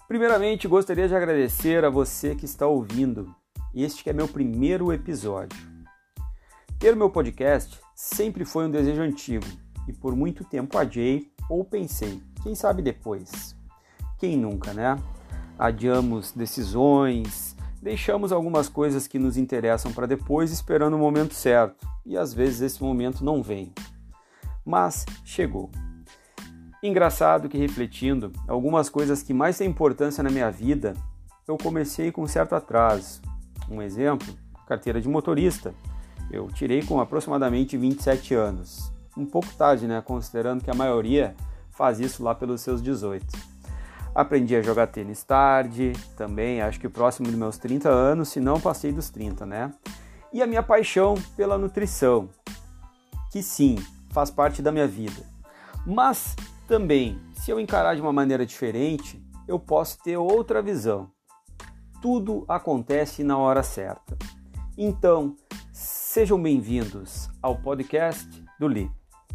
Primeiramente, gostaria de agradecer a você que está ouvindo. Este que é meu primeiro episódio. Ter meu podcast sempre foi um desejo antigo e por muito tempo adiei ou pensei, quem sabe depois. Quem nunca, né? Adiamos decisões, deixamos algumas coisas que nos interessam para depois esperando o momento certo e às vezes esse momento não vem. Mas chegou. Engraçado que refletindo, algumas coisas que mais têm importância na minha vida, eu comecei com um certo atraso. Um exemplo, carteira de motorista. Eu tirei com aproximadamente 27 anos. Um pouco tarde, né? Considerando que a maioria faz isso lá pelos seus 18. Aprendi a jogar tênis tarde, também acho que próximo dos meus 30 anos, se não passei dos 30, né? E a minha paixão pela nutrição, que sim, faz parte da minha vida. Mas também, se eu encarar de uma maneira diferente, eu posso ter outra visão. Tudo acontece na hora certa. Então, sejam bem-vindos ao podcast do Li.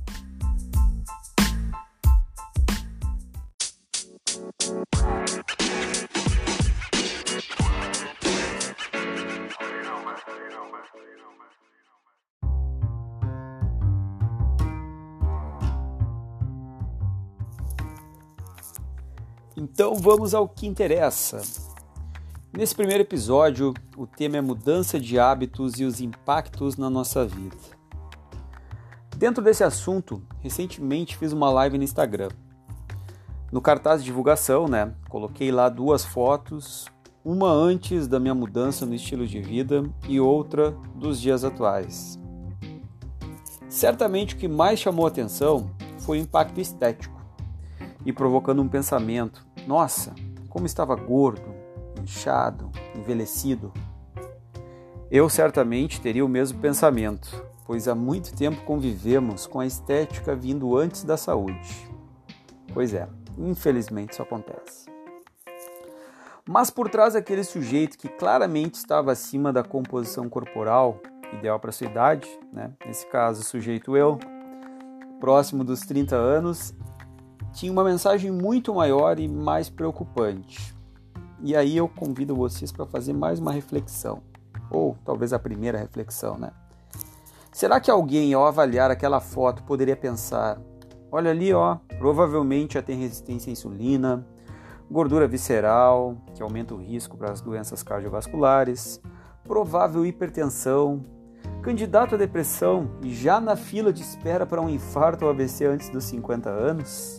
Então vamos ao que interessa. Nesse primeiro episódio, o tema é mudança de hábitos e os impactos na nossa vida. Dentro desse assunto, recentemente fiz uma live no Instagram. No cartaz de divulgação, coloquei lá 2 fotos, uma antes da minha mudança no estilo de vida e outra dos dias atuais. Certamente o que mais chamou a atenção foi o impacto estético e provocando um pensamento: nossa, como estava gordo, inchado, envelhecido. Eu certamente teria o mesmo pensamento, pois há muito tempo convivemos com a estética vindo antes da saúde. Pois é, infelizmente isso acontece. Mas por trás daquele sujeito que claramente estava acima da composição corporal ideal para sua idade, nesse caso sujeito eu, próximo dos 30 anos, tinha uma mensagem muito maior e mais preocupante. E aí eu convido vocês para fazer mais uma reflexão, ou talvez a primeira reflexão, Será que alguém, ao avaliar aquela foto, poderia pensar: olha ali, provavelmente já tem resistência à insulina, gordura visceral, que aumenta o risco para as doenças cardiovasculares, provável hipertensão, candidato à depressão e já na fila de espera para um infarto ou AVC antes dos 50 anos?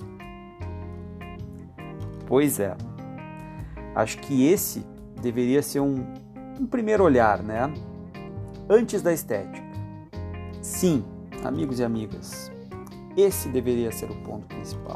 Pois é, acho que esse deveria ser um primeiro olhar, Antes da estética. Sim, amigos e amigas, esse deveria ser o ponto principal.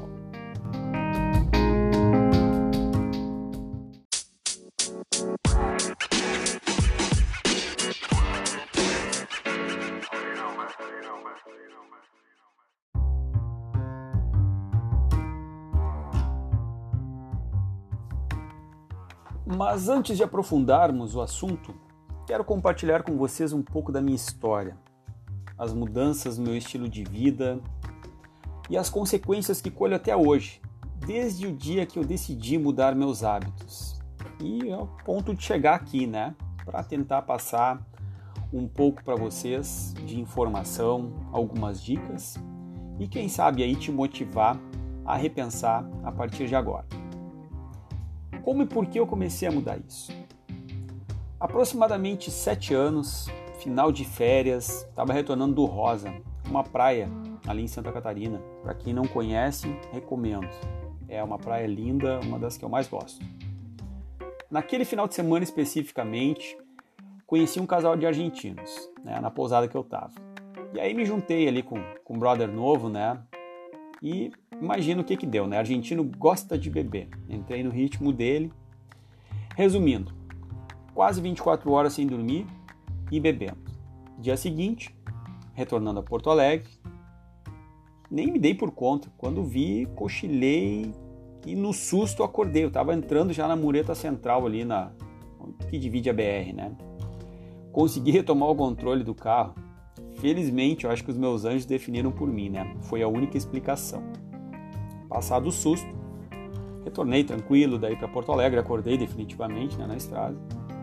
Mas antes de aprofundarmos o assunto, quero compartilhar com vocês um pouco da minha história, as mudanças no meu estilo de vida e as consequências que colho até hoje, desde o dia que eu decidi mudar meus hábitos. E ao ponto de chegar aqui, para tentar passar um pouco para vocês de informação, algumas dicas e quem sabe aí te motivar a repensar a partir de agora. Como e por que eu comecei a mudar isso? Aproximadamente 7 anos, final de férias, estava retornando do Rosa, uma praia ali em Santa Catarina. Para quem não conhece, recomendo. É uma praia linda, uma das que eu mais gosto. Naquele final de semana especificamente, conheci um casal de argentinos, na pousada que eu estava. E aí me juntei ali com um brother novo, e imagina o que deu, Argentino gosta de beber. Entrei no ritmo dele. Resumindo, quase 24 horas sem dormir e bebendo. Dia seguinte, retornando a Porto Alegre, nem me dei por conta. Quando vi, cochilei e no susto acordei. Eu estava entrando já na mureta central ali, que divide a BR, Consegui retomar o controle do carro. Felizmente, eu acho que os meus anjos definiram por mim, Foi a única explicação. Passado o susto, retornei tranquilo daí para Porto Alegre, acordei definitivamente, né, na estrada.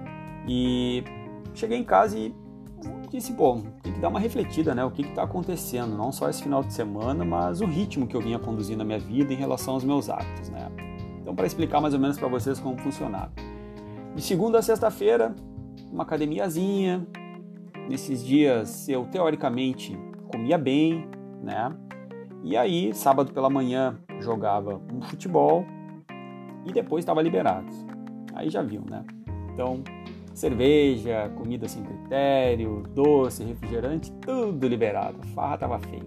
E cheguei em casa e disse, bom, tem que dar uma refletida, né, o que está acontecendo, não só esse final de semana, mas o ritmo que eu vinha conduzindo na minha vida em relação aos meus hábitos, né. Então, para explicar mais ou menos para vocês como funcionava. De segunda a sexta-feira, uma academiazinha. Nesses dias eu, teoricamente, comia bem, né? E aí, sábado pela manhã, jogava um futebol e depois estava liberado. Aí já viu, né? Então, cerveja, comida sem critério, doce, refrigerante, tudo liberado. A farra estava feita.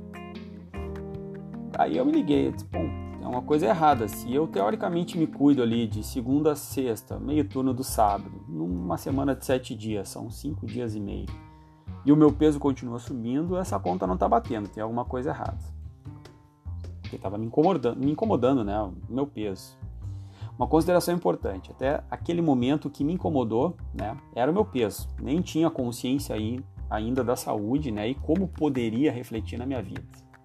Aí eu me liguei, eu disse, bom, é uma coisa errada. Se eu teoricamente me cuido ali de segunda a sexta, meio turno do sábado, numa semana de 7 dias, são 5 dias e meio, e o meu peso continua subindo, essa conta não está batendo, tem alguma coisa errada. Porque estava me incomodando, né, o meu peso. Uma consideração importante, até aquele momento que me incomodou, né, era o meu peso. Nem tinha consciência ainda da saúde, né, e como poderia refletir na minha vida.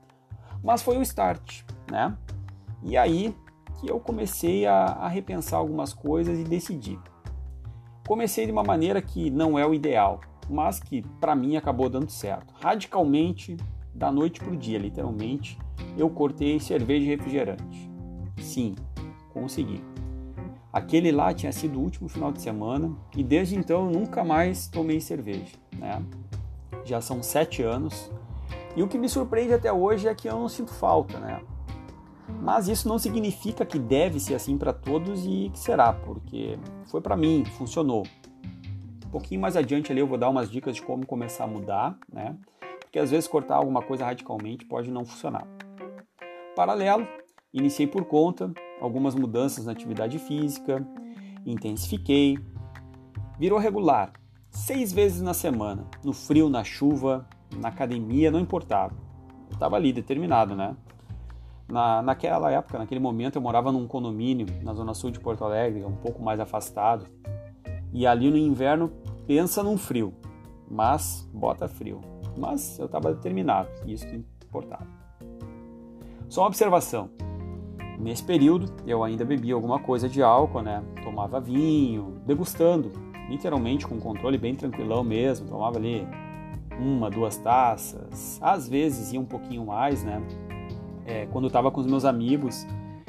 Mas foi o start, né? E aí que eu comecei a repensar algumas coisas e decidi. Comecei de uma maneira que não é o ideal, mas que para mim acabou dando certo. Radicalmente, da noite para o dia, literalmente, eu cortei cerveja e refrigerante. Sim, consegui. Aquele lá tinha sido o último final de semana e desde então eu nunca mais tomei cerveja, né? Já são 7 anos e o que me surpreende até hoje é que eu não sinto falta, né? Mas isso não significa que deve ser assim para todos e que será, porque foi para mim, funcionou. Um pouquinho mais adiante ali eu vou dar umas dicas de como começar a mudar, né? Porque às vezes cortar alguma coisa radicalmente pode não funcionar. Paralelo, iniciei por conta, algumas mudanças na atividade física, intensifiquei, virou regular, 6 vezes na semana, no frio, na chuva, na academia, não importava. Eu estava ali, determinado, né? Naquela época, naquele momento, eu morava num condomínio na zona sul de Porto Alegre, um pouco mais afastado. E ali no inverno, pensa num frio, mas bota frio. Mas eu estava determinado, isso que importava. Só uma observação. Nesse período, eu ainda bebia alguma coisa de álcool, né? Tomava vinho, degustando, literalmente com controle bem tranquilão mesmo. Tomava ali 1, 2 taças, às vezes ia um pouquinho mais, né? Quando eu estava com os meus amigos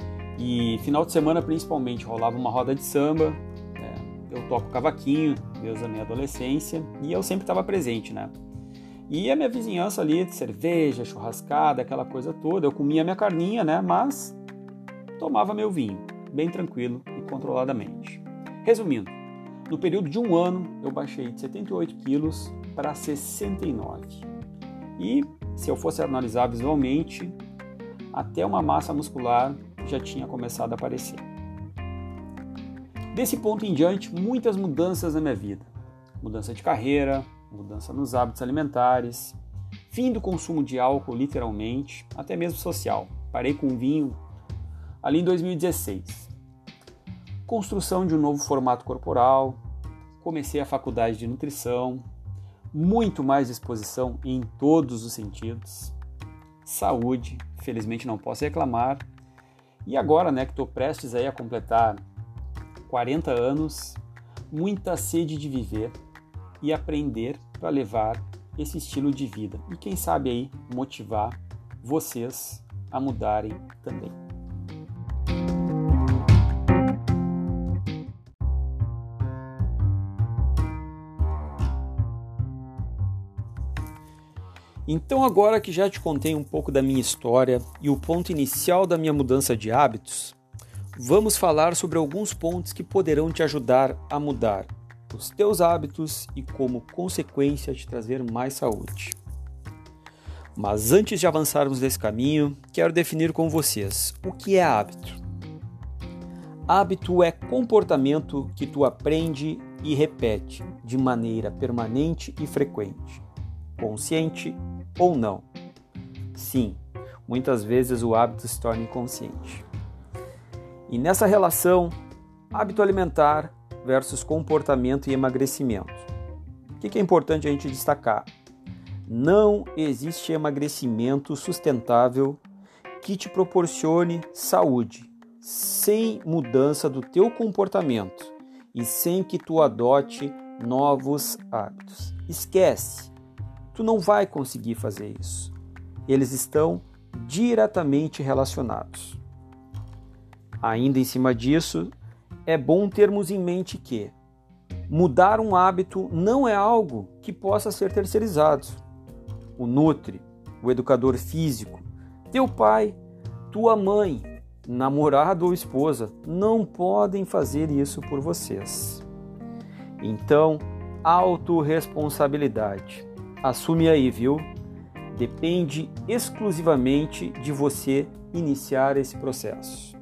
e final de semana principalmente rolava uma roda de samba, eu toco cavaquinho desde a minha adolescência e eu sempre estava presente, né? E a minha vizinhança ali, cerveja, churrascada, aquela coisa toda, eu comia minha carninha, né? Mas tomava meu vinho, bem tranquilo e controladamente. Resumindo, no período de 1 ano eu baixei de 78 quilos para 69 e se eu fosse analisar visualmente, até uma massa muscular já tinha começado a aparecer. Desse ponto em diante, muitas mudanças na minha vida. Mudança de carreira, mudança nos hábitos alimentares, fim do consumo de álcool, literalmente, até mesmo social. Parei com vinho ali em 2016. Construção de um novo formato corporal, comecei a faculdade de nutrição, muito mais disposição em todos os sentidos. Saúde, felizmente não posso reclamar. E agora, né, que estou prestes aí a completar 40 anos, muita sede de viver e aprender para levar esse estilo de vida. E quem sabe aí motivar vocês a mudarem também. Então agora que já te contei um pouco da minha história e o ponto inicial da minha mudança de hábitos, vamos falar sobre alguns pontos que poderão te ajudar a mudar os teus hábitos e como consequência te trazer mais saúde. Mas antes de avançarmos nesse caminho, quero definir com vocês o que é hábito. Hábito é comportamento que tu aprende e repete de maneira permanente e frequente, consciente ou não. Sim, muitas vezes o hábito se torna inconsciente. E nessa relação, hábito alimentar versus comportamento e emagrecimento. O que é importante a gente destacar? Não existe emagrecimento sustentável que te proporcione saúde, sem mudança do teu comportamento e sem que tu adote novos hábitos. Esquece, tu não vai conseguir fazer isso. Eles estão diretamente relacionados. Ainda em cima disso, é bom termos em mente que mudar um hábito não é algo que possa ser terceirizado. O nutri, o educador físico, teu pai, tua mãe, namorado ou esposa não podem fazer isso por vocês. Então, autorresponsabilidade. Assume aí, viu? Depende exclusivamente de você iniciar esse processo.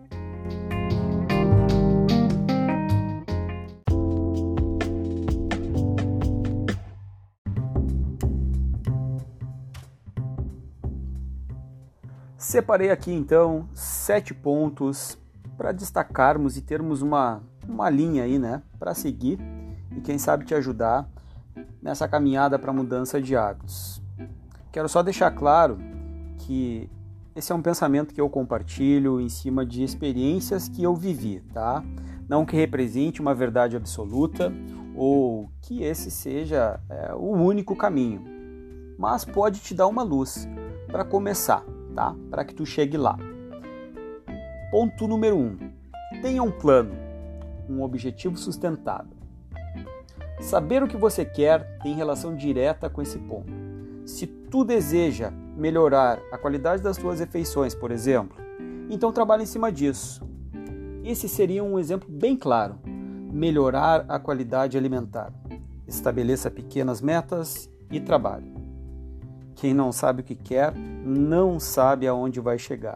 Separei aqui então 7 pontos para destacarmos e termos uma linha aí, né, para seguir e quem sabe te ajudar nessa caminhada para a mudança de hábitos. Quero só deixar claro que esse é um pensamento que eu compartilho em cima de experiências que eu vivi, tá? Não que represente uma verdade absoluta ou que esse seja o único caminho, mas pode te dar uma luz para começar, tá? Para que tu chegue lá. Ponto número 1. Tenha um plano, um objetivo sustentável. Saber o que você quer tem relação direta com esse ponto. Se tu deseja melhorar a qualidade das tuas refeições, por exemplo, então trabalhe em cima disso. Esse seria um exemplo bem claro. Melhorar a qualidade alimentar. Estabeleça pequenas metas e trabalhe. Quem não sabe o que quer, não sabe aonde vai chegar.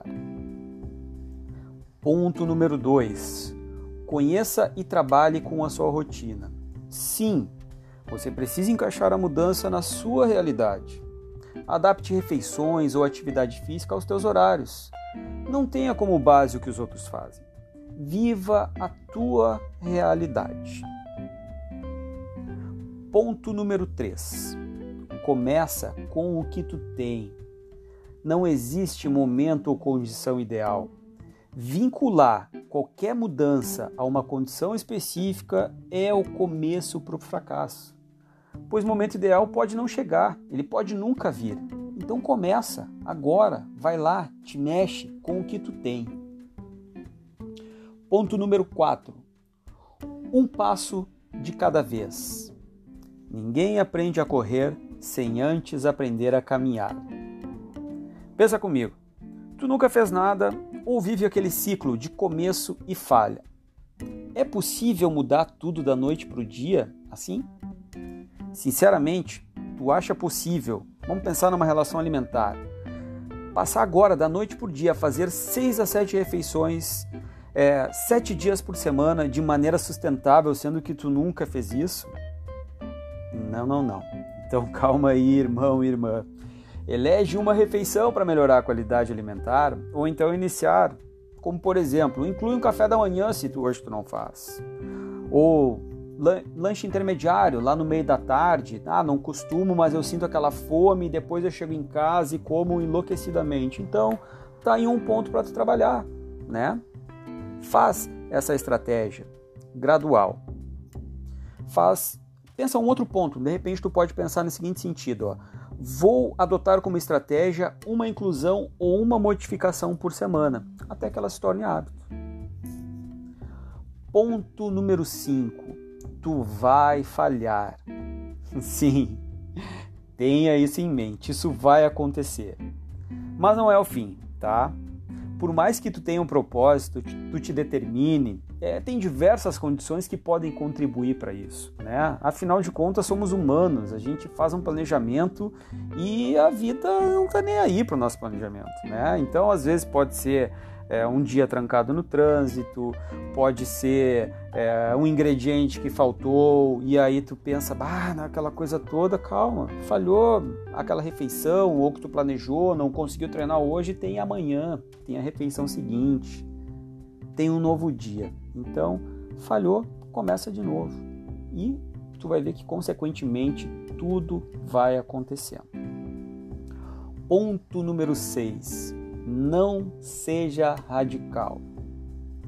Ponto número 2. Conheça e trabalhe com a sua rotina. Sim, você precisa encaixar a mudança na sua realidade. Adapte refeições ou atividade física aos teus horários. Não tenha como base o que os outros fazem. Viva a tua realidade. Ponto número 3. Começa com o que tu tem. Não existe momento ou condição ideal. Vincular qualquer mudança a uma condição específica é o começo para o fracasso. Pois o momento ideal pode não chegar, ele pode nunca vir. Então começa, agora, vai lá, te mexe com o que tu tem. Ponto número 4. Um passo de cada vez. Ninguém aprende a correr sem antes aprender a caminhar. Pensa comigo, tu nunca fez nada ou vive aquele ciclo de começo e falha. É possível mudar tudo da noite para o dia assim? Sinceramente, tu acha possível? Vamos pensar numa relação alimentar. Passar agora da noite por dia a fazer 6 a 7 refeições 7 dias por semana de maneira sustentável, sendo que tu nunca fez isso? Não. Então calma aí, irmão e irmã. Elege uma refeição para melhorar a qualidade alimentar ou então iniciar, como por exemplo, inclui um café da manhã se hoje tu não faz. Ou lanche intermediário lá no meio da tarde. Não costumo, mas eu sinto aquela fome e depois eu chego em casa e como enlouquecidamente. Então tá aí um ponto para tu trabalhar, né? Faz essa estratégia gradual. Pensa um outro ponto, de repente tu pode pensar no seguinte sentido, ó. Vou adotar como estratégia uma inclusão ou uma modificação por semana, até que ela se torne hábito. Ponto número 5. Tu vai falhar. Sim, tenha isso em mente, isso vai acontecer. Mas não é o fim, tá? Por mais que tu tenha um propósito, tu te determine, tem diversas condições que podem contribuir para isso, né? Afinal de contas, somos humanos, a gente faz um planejamento e a vida não tá nem aí para o nosso planejamento, né? Então, às vezes pode ser um dia trancado no trânsito, pode ser um ingrediente que faltou e aí tu pensa, naquela coisa toda, calma, falhou aquela refeição ou que tu planejou, não conseguiu treinar hoje, tem amanhã, tem a refeição seguinte, tem um novo dia. Então, falhou, começa de novo e tu vai ver que consequentemente tudo vai acontecendo. Ponto número 6. Não seja radical.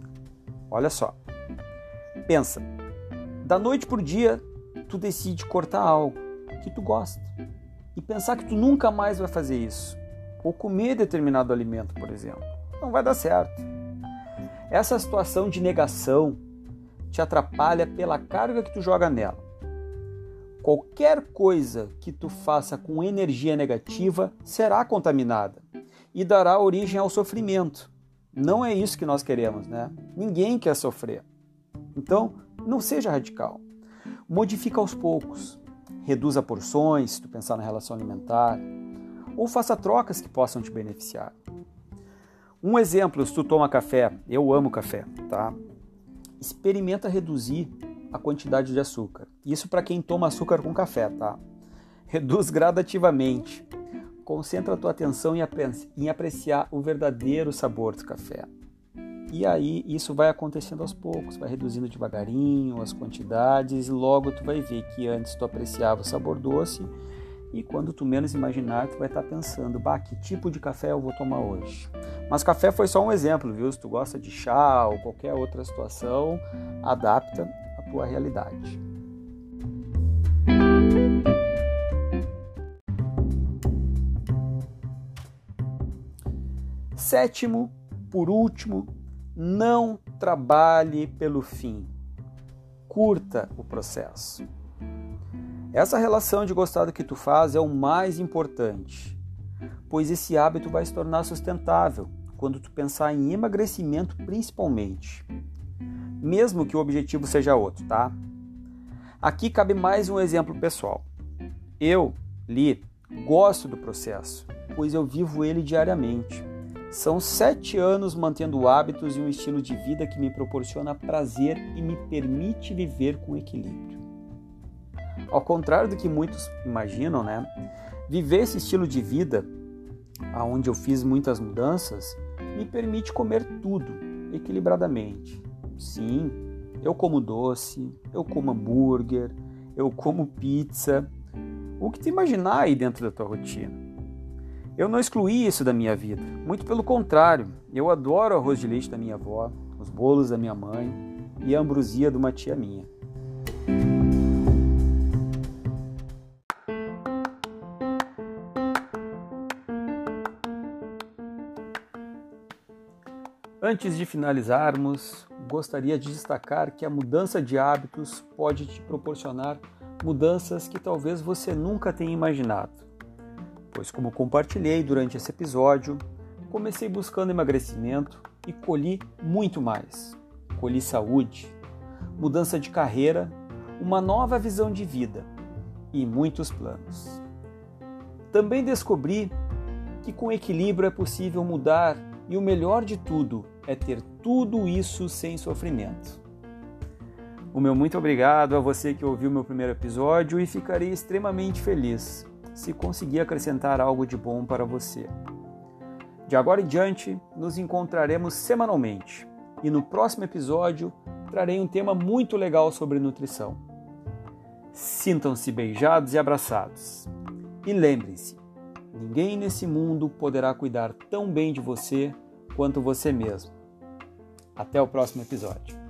Olha só. Pensa, da noite pro dia, tu decide cortar algo que tu gosta. E pensar que tu nunca mais vai fazer isso. Ou comer determinado alimento, por exemplo. Não vai dar certo. Essa situação de negação te atrapalha pela carga que tu joga nela. Qualquer coisa que tu faça com energia negativa será contaminada e dará origem ao sofrimento. Não é isso que nós queremos, né? Ninguém quer sofrer. Então, não seja radical. Modifica aos poucos. Reduza porções, se tu pensar na relação alimentar, ou faça trocas que possam te beneficiar. Um exemplo, se tu toma café, eu amo café, tá? Experimenta reduzir a quantidade de açúcar. Isso para quem toma açúcar com café, tá? Reduz gradativamente. Concentra a tua atenção em apreciar o verdadeiro sabor do café. E aí isso vai acontecendo aos poucos, vai reduzindo devagarinho as quantidades e logo tu vai ver que antes tu apreciava o sabor doce e quando tu menos imaginar tu vai estar pensando, que tipo de café eu vou tomar hoje? Mas café foi só um exemplo, viu? Se tu gosta de chá ou qualquer outra situação, adapta a tua realidade. Sétimo, por último, não trabalhe pelo fim. Curta o processo. Essa relação de gostar do que tu faz é o mais importante, pois esse hábito vai se tornar sustentável quando tu pensar em emagrecimento principalmente, mesmo que o objetivo seja outro, tá? Aqui cabe mais um exemplo pessoal. Eu, Li, gosto do processo, pois eu vivo ele diariamente. São 7 anos mantendo hábitos e um estilo de vida que me proporciona prazer e me permite viver com equilíbrio. Ao contrário do que muitos imaginam, né? Viver esse estilo de vida, onde eu fiz muitas mudanças, me permite comer tudo equilibradamente. Sim, eu como doce, eu como hambúrguer, eu como pizza, o que tu imaginar aí dentro da tua rotina. Eu não excluí isso da minha vida, muito pelo contrário, eu adoro o arroz de leite da minha avó, os bolos da minha mãe e a ambrosia de uma tia minha. Antes de finalizarmos, gostaria de destacar que a mudança de hábitos pode te proporcionar mudanças que talvez você nunca tenha imaginado. Pois, como compartilhei durante esse episódio, comecei buscando emagrecimento e colhi muito mais. Colhi saúde, mudança de carreira, uma nova visão de vida e muitos planos. Também descobri que com equilíbrio é possível mudar e o melhor de tudo é ter tudo isso sem sofrimento. O meu muito obrigado a você que ouviu meu primeiro episódio e ficarei extremamente feliz se conseguir acrescentar algo de bom para você. De agora em diante, nos encontraremos semanalmente e no próximo episódio trarei um tema muito legal sobre nutrição. Sintam-se beijados e abraçados. E lembrem-se, ninguém nesse mundo poderá cuidar tão bem de você quanto você mesmo. Até o próximo episódio.